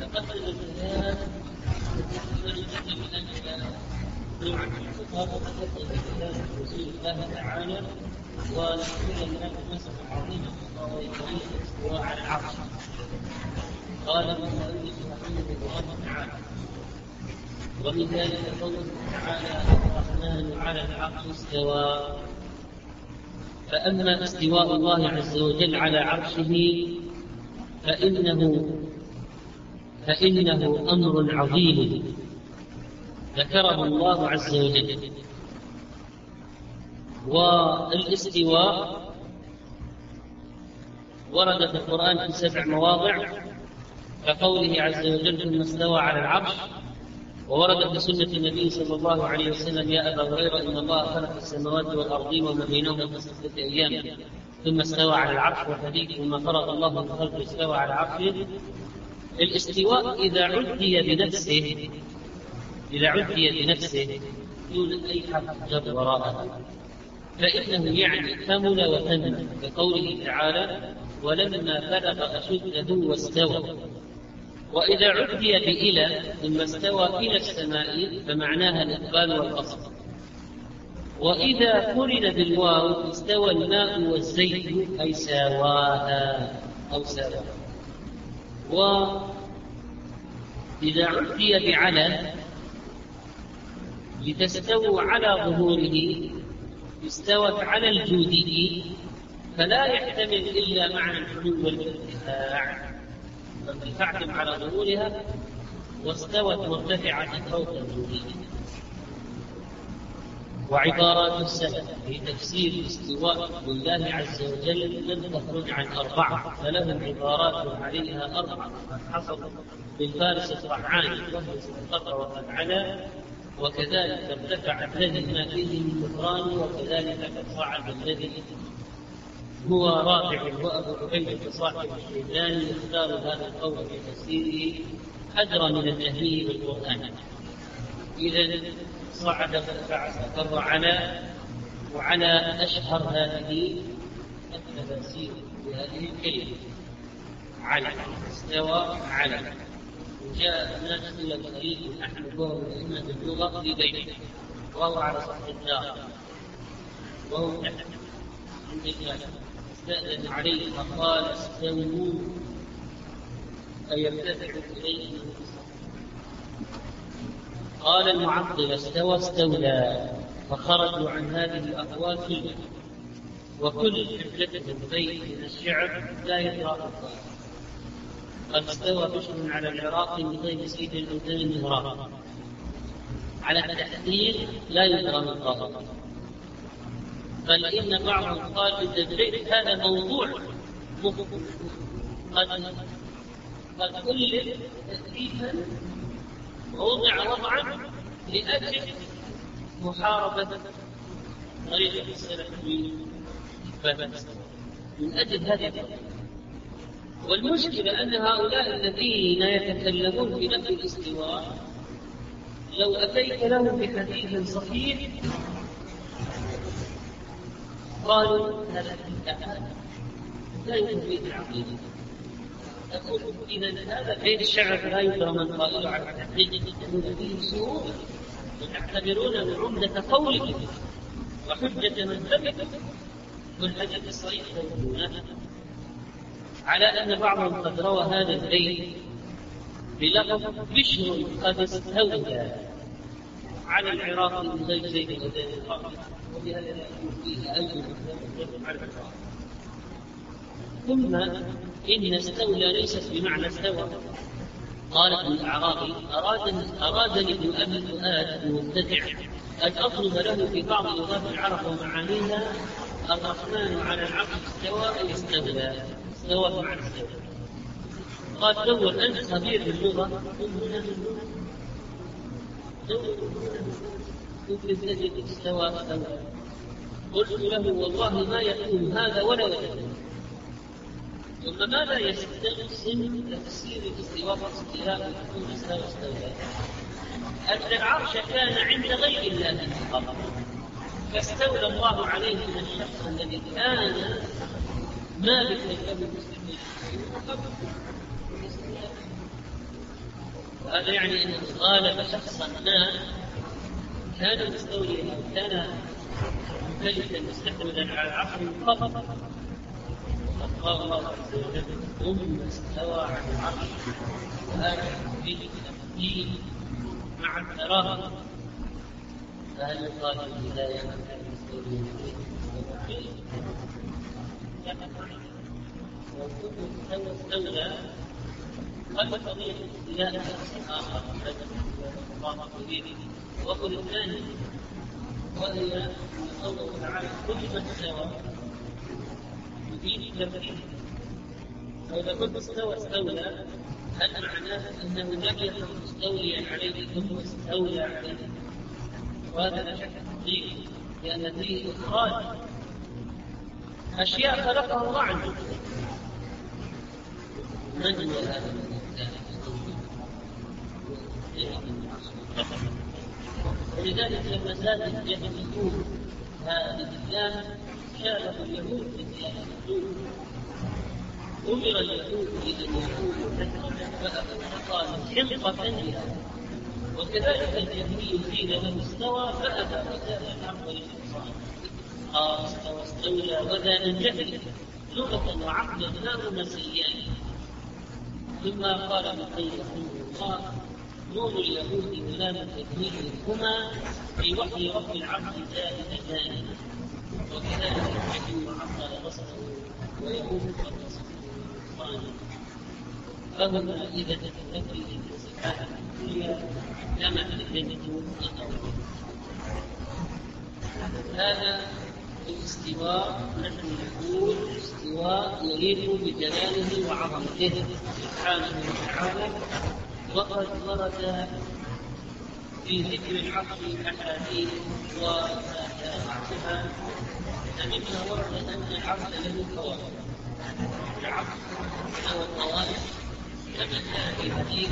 تقدم الكلام رسول الله تعالى ونقول هناك مسألة عظيمة وهو الاستواء على العرش. قال المؤلف رحمه الله تعالى: ومن ذلك قوله تعالى: الرحمن على العرش استوى. فأما استواء الله عز وجل على عرشه فإنه أمر عظيم ذكره الله عز وجل. والاستواء ورد في القرآن في 7 مواضع كقوله عز وجل: ثم استوى على العرش. وورد في سنة النبي صلى الله عليه وسلم: يا أبا هريرة إن الله خلق السماوات والأرض وما بينهما في 6 أيام ثم استوى على العرش. وحديث: ثم فرغ الله من خلقه استوى على عرشه. الاستواء إذا عدي بنفسه دون أي حرف جر وراءها فإنه يعني كمل وتم، كقوله تعالى: ولما بلغ أشده واستوى. وإذا عدي بإلى ثم استوى إلى السماء فمعناها الإقبال والقصد. وإذا قرن بالواو استوى الماء والزيت أي ساواها أو ساواها. وإذا عدي بعلى لتستووا على ظهوره استوت على الجودي فلا يحتمل إلا معنى الحلول والارتفاع، فارتفعتم على ظهورها واستوت مرتفعة فوق الجودي. وعبارات السلف في تفسير الاستواء لله عز وجل لم تخرج عن 4، فلهم عبارات عليها 4 حصل بالفارس الطحاني وهو استقر وقد علا، وكذلك ارتفع الذي ما فيه من كفران، وكذلك صعد الذي هو رافع. وأبو عبيدة صاحب الشيباني يختار هذا القول في تفسيره أدرى من التهيئ بالقرآن. إذا صعد فارتفع استقر على، وعلى أشهر هذه التفاسير بهذه الكلمة على، استوى على. وجاء الناس إلى الخليل بن أحمد وهو من أئمة اللغة في بيته وهو على سطح الدار وهو تحت عند الجاهل، استأذن عليه فقال: استووا أي يرتفع إليه. قال المعطل: استوى استولى، فخرجوا عن هذه الأقوال كلها. وكل حجتهم بيت من الشعر لا يدرى الظاهر. قد استوى بشر على العراق بغير سيد الأذان مهراق. على التحذير لا يدرى من الظاهر، بل إن بعضهم قال بالتدريج هذا موضوع قد كلف تكليفا ووضع وضعا لأجل محاربة طريقة السلف من أجل هذه الطريقة. والمشكلة أن هؤلاء الذين يتكلمون في نفي الاستواء لو أتيت لهم بحديث صحيح قالوا هذا لا يفيد العقيدة. أقول إذا هذا بيت الشعر لا يدرى من قائل على التحقيق يكون فيه سوء، وتعتبرونه عمدة قوله وحجة من ثبت والحجة الصحيحة على أن بعضهم قد روى هذا البيت بلفظ: بشر قد استولى على العراق من غير زيد الأذان القاضي، وبهذا يكون فيه أجر على العراق. ثم إن استولى ليست بمعنى استوى. قال ابن الأعرابي: أرادني ابن أبي فؤاد المبتدع أن أطلب له في بعض لغات العرب ومعانيها الرحمن على العرش استوى أي استولى، استوى بمعنى استوى. قال: دور أنت خبير باللغة، ممكن تجد استوى. قلت له: والله ما يكون هذا ولا يكون. ثم ماذا يستلزم تفسير الاستواء والاستيلاء يكون استوى استولى؟ أن العرش كان عند غير الله فقط، فاستولى الله عليه من الشخص الذي كان مالكا له هذا يعني أن غالب شخصا ما كان مستوليا أو كان ممتلكا مستحوذا على العقل من قبل، قال الله عز وجل ثم استوى على العرش وآتى فيه التمثيل مع التراخي. فهل يقال الهداية من كان مستوليا وكل استولى قد قضية الاستيلاء آخر وقل الثاني وهي قوله تعالى كل من استوى يفيد التمثيل. فإذا كنت استولى هل معناه أنه لم يكن مستوليا عليه ثم استولى عليه؟ وهذا لا شك فيه، لأن فيه إخراج أشياء خلقها الله عنه. من هو هذا ولذلك لما زاد يهودون هذه الديانة شارك اليهود في ديانة اليهود. أمر اليهود بأن يكونوا فقال حلقة بها، وكذلك اليهودي قيل له استوى فأبى وزاد الحق والإنصاف. استولى وذا من جهل لغة وعقلا لا مسيان. ثم قال ابن القيم رحمه الله نور اليهود كلام التكوين هما في وحي رب العبد زائدتان، وكذلك الحكيم عطل بصره ويقوم بصره فهما إذا تتذكر الصفات الكلية كما الجنة والأرض. هذا الاستواء نحن نقول استواء يليق بجلاله وعظمته سبحانه وتعالى. وقد ورد في ذكر العقل أحاديث وآياتها، فمنها ورد أن العقل له طوائف. العقل له طوائف كما جاء في حديث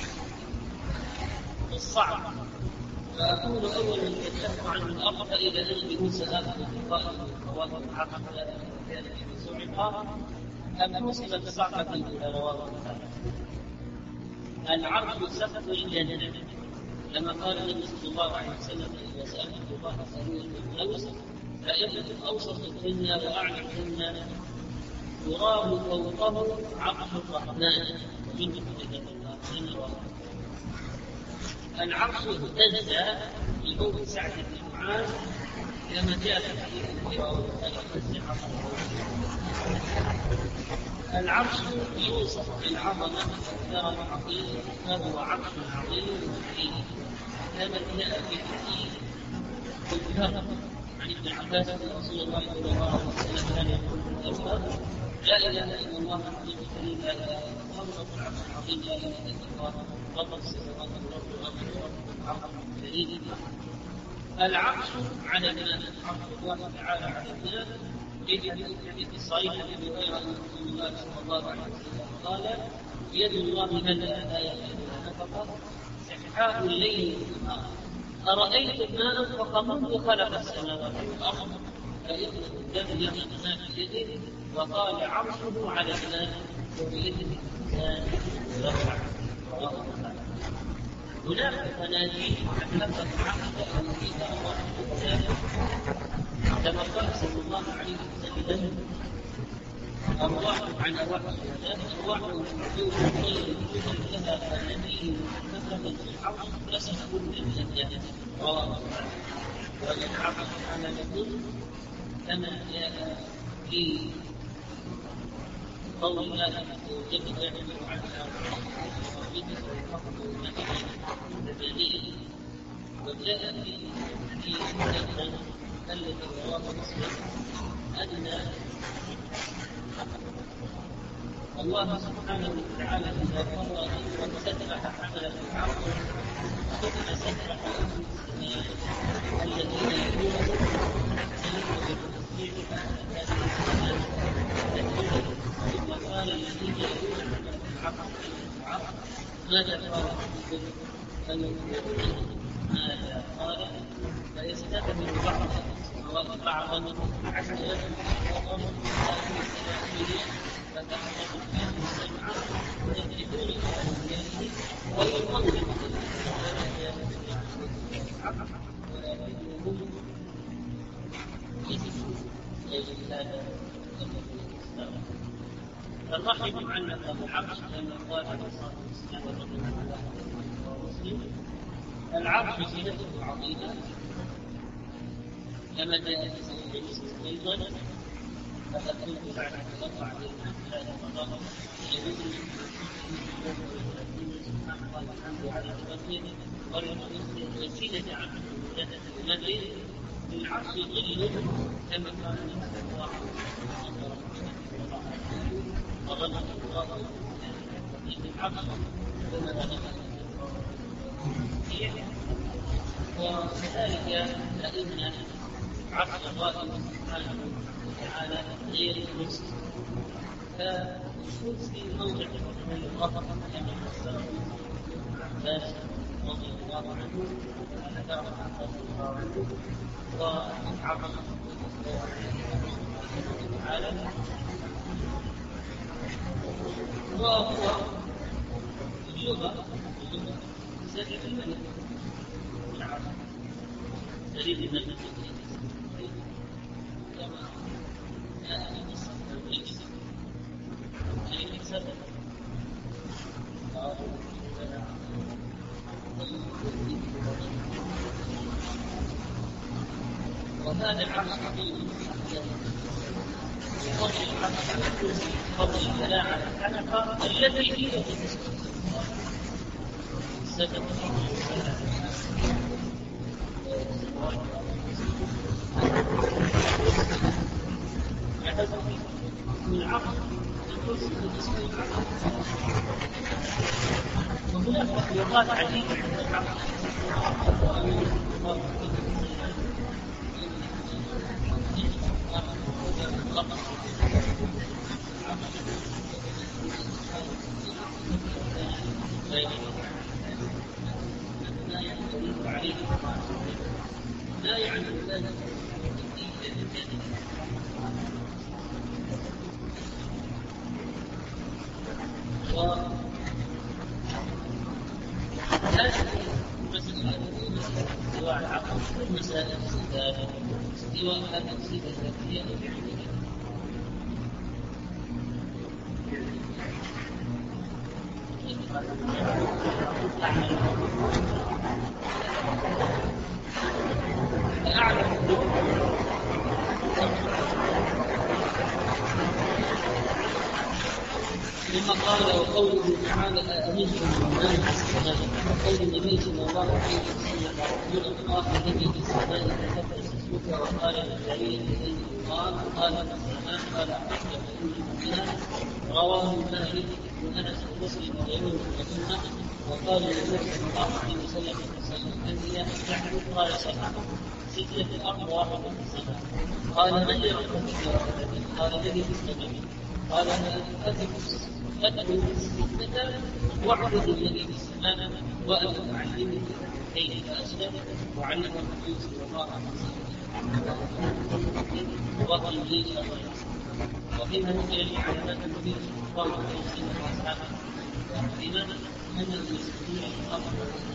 الصعب. فأكون أول من يتكلم عن الأرض فإذا أجد موسى آخر الطائف رواه العقل كان في سعقا أم نصبت صعقة إلى رواه العرش سقف الجنة، لما قال النبي صلى الله عليه وسلم إذا سألت الله سألوني الأوسط فإن أوسط الدنيا وأعلى الدنيا يرام فوقه عرش الرحمن ومنه الجنة. العرش اهتز لموت سعد بن معاذ كما جاء في حديث العرش يوصف بالعظمة والكرم العظيم فهو عرش عظيم مكين كما جاء في حديث الكرم عن ابن عباس ان رسول الله صلى الله عليه وسلم كان يقول لا اله الا الله العظيم الكريم لا اله الا الله رب العرش العظيم لا اله الا الله رب السماوات والارض رب العرش الكريم. العرش على الماء، عرش الله تعالى على الماء. في الحديث الصحيح عن ابي هريره ان رسول الله صلى الله عليه وسلم قال يد الله ملأ لا يزال نفقا سحاء الليل والنهار أرأيتم ما أنفق منذ خلق السماوات والأرض فإنه لم يكن ما في يده وقال عرشه على الماء وبيده الإنسان يرفع. هناك تناجيل تحدثت عقد أن فيها الله كما قال صلى الله عليه وسلم أرواح عن أرواح أرواح وجود غير وجود لها فالنبي كتب في العرش لسنا كل من الجنة رواه والعرش على الكل كما جاء في قول الله عز وجل يعلم عنها وجاء في حديث الذي رواه مسلم أن الله سبحانه وتعالى إذا قرر وسبح حملة العرش ثم سبح الذين يقولون ثم قال الذين يقولون العرش ماذا قال ماذا قال فيستقبل بعضا عسكرا وقام فتحدث فيه السمع ويدركون بأسمائه الرحم معلقة بالعرش كما قال عليه الصلاة والسلام. العرش زينته عظيمة كما جاء في صحيح مسلم أيضا. فقد كنت بعد أربع ثلاث مرات يقول سبحان الله الحمد على ربه والوسيلة عنه الذي بالعرش ظل كما قال صلى الله عليه وسلم وظل الله بالعرش وكذلك فإن عرش الله سبحانه وتعالى غير مسلم فالوجود في موضع من الغضب كما فسره عباس رضي الله عنه وذكره رضي الله عنه وعرف تعالى وهو اللغة سبيل الملك العرب سبيل الملك كما جاء في قصة الإبس أي سبب وهذا العرش عظيم فضل العرش على الكرسي فضل الكلام على الحلقة التي هي سبب من العقل الكرسي بالنسبة للعقل وهناك مخلوقات عديدة من العقل لا يعلم ذلك استواء العقل مسائل الصفات استواء هذه الصفة الذاتية ثم قال وقوله تعالى أأمنتم من في السماء وقول النبي صلى الله عليه وسلم رسول الله الذي في السماء تكفل اسمك وقال الجليل الذي قال في السماء قال أحد بها رواه مالك بن أنس ومسلم وغيره وسنة وقال النبي صلى الله عليه وسلم الأنبياء تعبد قال سبعة ستة في الأرض واحدة في السماء قال من يرحم قال الذي في السماء قال أدعو الستة واعبد الذي في السماء وأن أعلمك كيف أسلم وعلم النبي صلى الله عليه وسلم وقل لي وفيما نقل علامات النبي صلى الله عليه وسلم وأصحابه لماذا أن المسلمين الأمر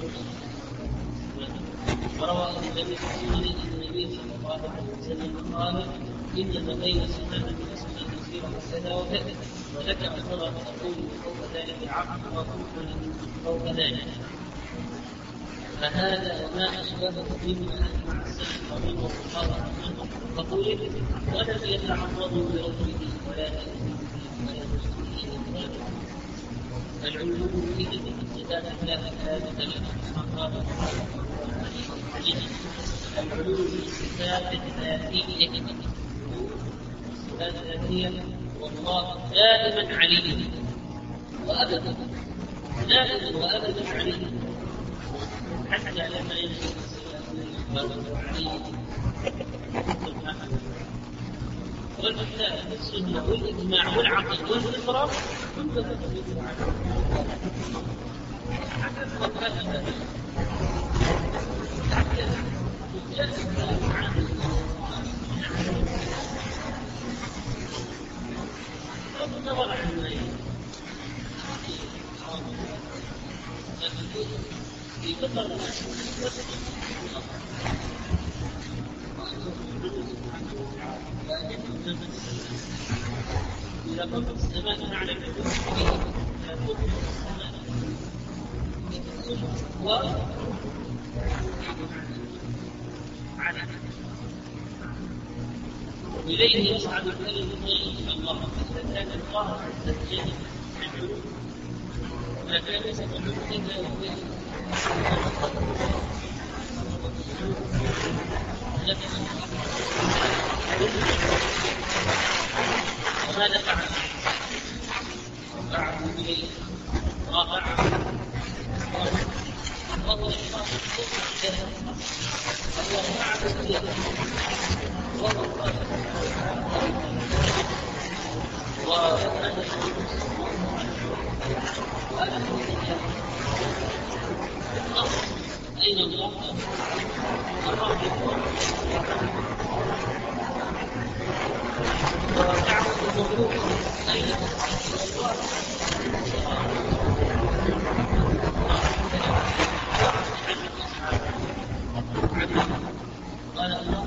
وروى النبي صلى الله عليه وسلم قال إنما بين السماء والسماء كثيرا وكذا وكذا وذكر الصلاة تقول فوق ذلك العقل وكفر فوق ذلك فهذا ما أشبهه مما أجمع السلف ومنه الصحابة فقول ولم يتعرضوا لرجله ولا تأتيه ولا تشتريه العلوم في الصفات لا ثابتة لها العلوم في الصفات الذاتية الصفات الذاتية والله دائما عليه وأبدا دائما وأبدا عليه حتى لما يجب الصفات عليه والكتاب والسنة والإجماع والعقل والفطرة كل تثبت عليه حتى الصفات في كثر إذا كنت في السماء نعلم وإليه يصعد الكلم إن شاء الله إذا كان الله عز وجل لكن ليس وماذا فعل؟ بعد إليه رافع وهو يشرح وهو معه إليه وهو أين الله؟ قال الله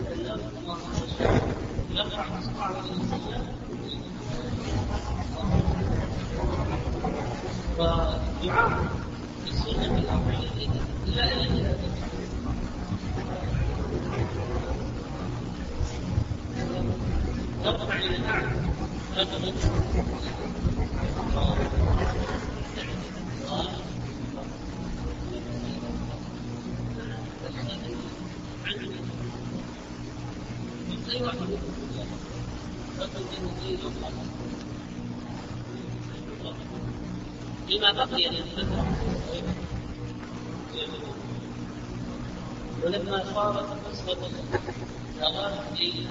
يقرأ مصطفى ودعاء السنة الأربعين لا إله ترفع إلى الأعلى لما بقي للفترة ولما صارت قصة صلاة الليل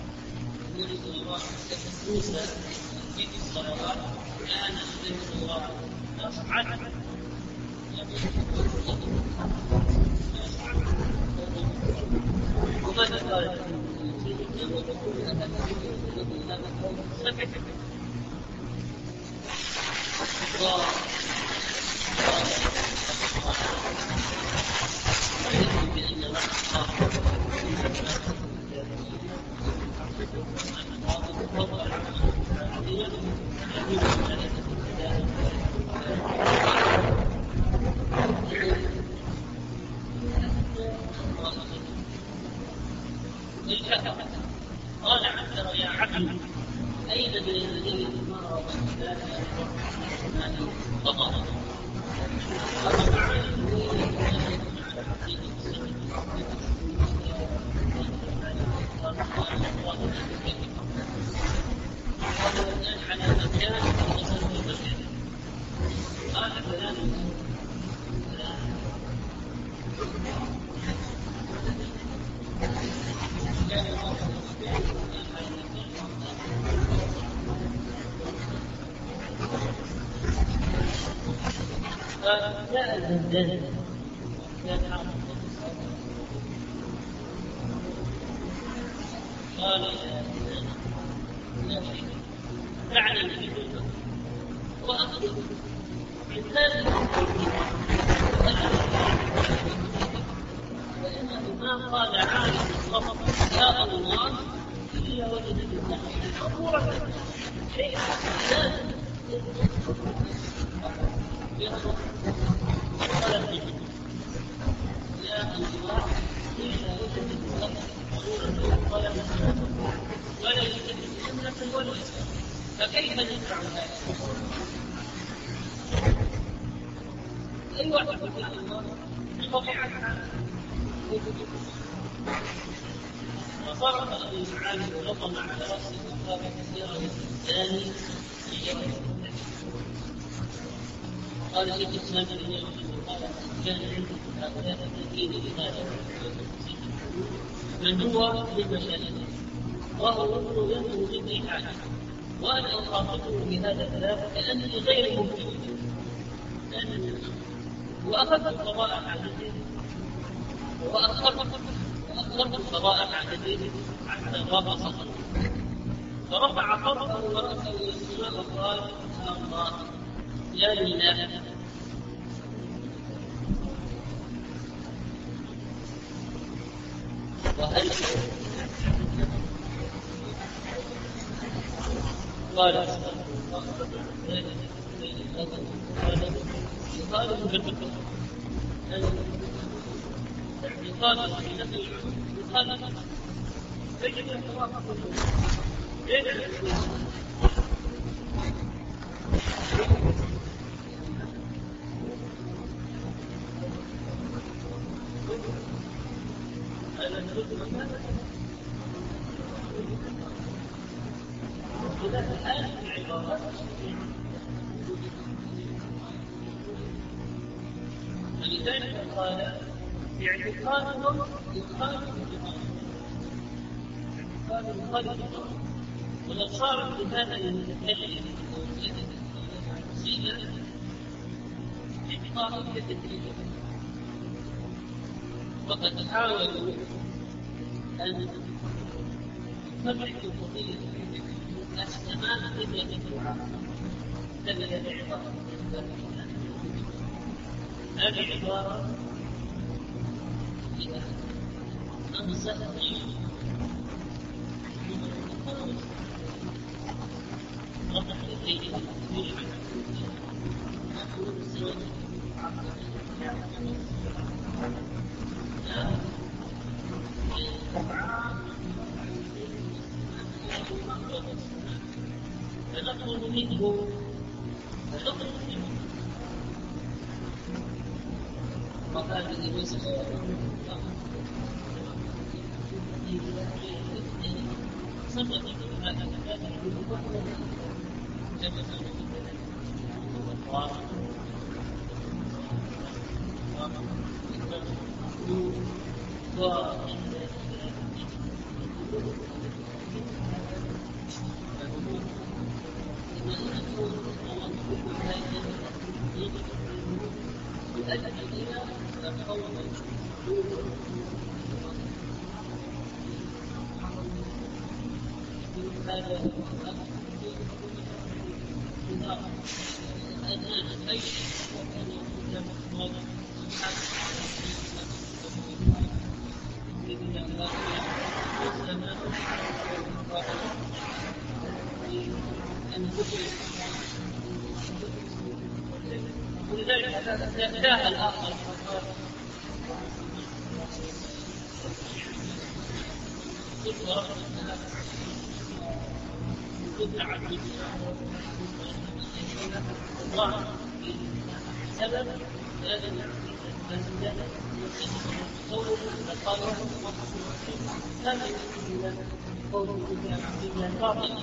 موسى في الصلوات كان الصلاة يصعد وماذا قال قال عبد يا عبد أين من الذين مروا فقط على مكان قال فلان جاء الزنجان قال فعلا وأخذ إنسان فإنه ما قال عالم الصبر يا الله إلا وجد الله صبورة شيء لازم يا الله إلا وجد الله ولا يوجد سنة ولا إسلام فكيف ندفع هذا؟ أي واحد يقول الله بطبيعتها وصرف أبي معاذ ولطم على رأسه وقال كثيرا الثاني قال شيخ الإسلام ابن تيمية قال كان عندي هؤلاء التأكيد لهذا من هو للمشاهد وهو ينظر مني حاجة وأنا أخاطبه بهذا الكلام كأنني غير ممكن وأخذت القضاء عن الدين وأخرت القضاء عن الدين حتى غاب صدره فرفع صدره ورأسه إلى السماء وقال يا الله يا إله وهل قال يطالب بالفكر يطالب بنفي يطالب يجب ان يتوافق ولذلك قال اعتقادهم يخالف ولو صار بهذا المتكلم صيغه اعتقاد كثيره وقد حاولوا ان يفرقوا قضيه السماء قبله الدعاء هذه العباره هذه عباره أمسك فنطلب منه وهذه مسألة ولذلك جاء الآخر الله سبب لازم قوله قالوا هذا قوله باطل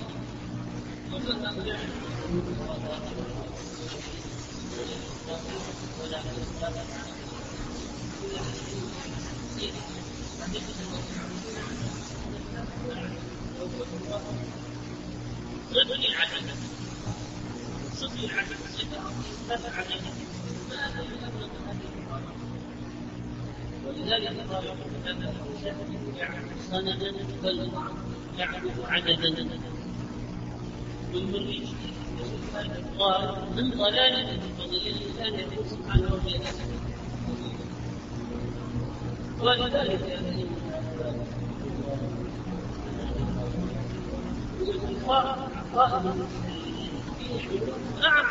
غير العدد صدق العدد لا عليه ماذا يؤمن هذه ولذلك قال أنه يعرف سندا بل يعرف عددا والمريج قال من ضلال الفضيل كان يقول سبحانه وتعالى ولذلك قائم نعم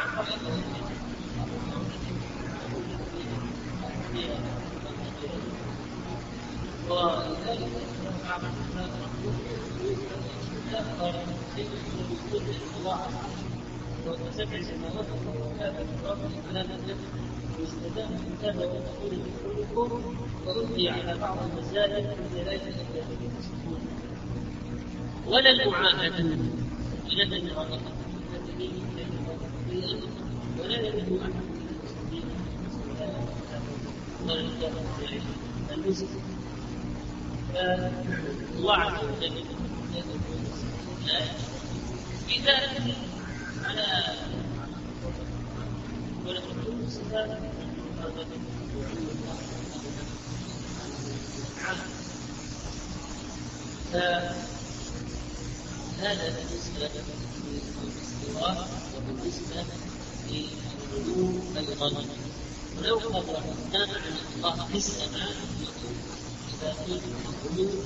ولذلك وسبع سماوات على واستدام الكتاب وتقول بحلكم وألقي على بعض المسائل من ذلك ولا المعاهدة إلى الإرادة ولا يجب أن المسلم فوعد إذا على ولكن صفات هذا بالنسبة للاستواء وبالنسبة للعلو أيضا ولو قدرنا أن الله في السماء الباقين القلوب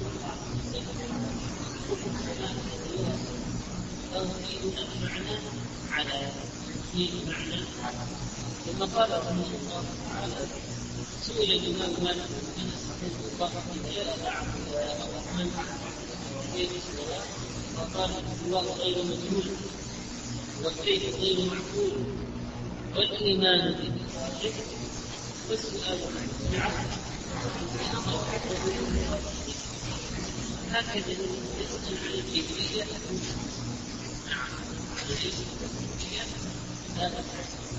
توحيد المعنى على تفسير المعنى. ثم قال رحمه الله تعالى: سئل الإمام مالك بن أنس رحمه الله إذا تعبد الرحمن كيف الصلاة؟ فقال: الاستواء غير مجهول، والكيف غير معقول، والإيمان به واجب، والسؤال عنه هكذا يسأل عن الكيفية. نعم، هذا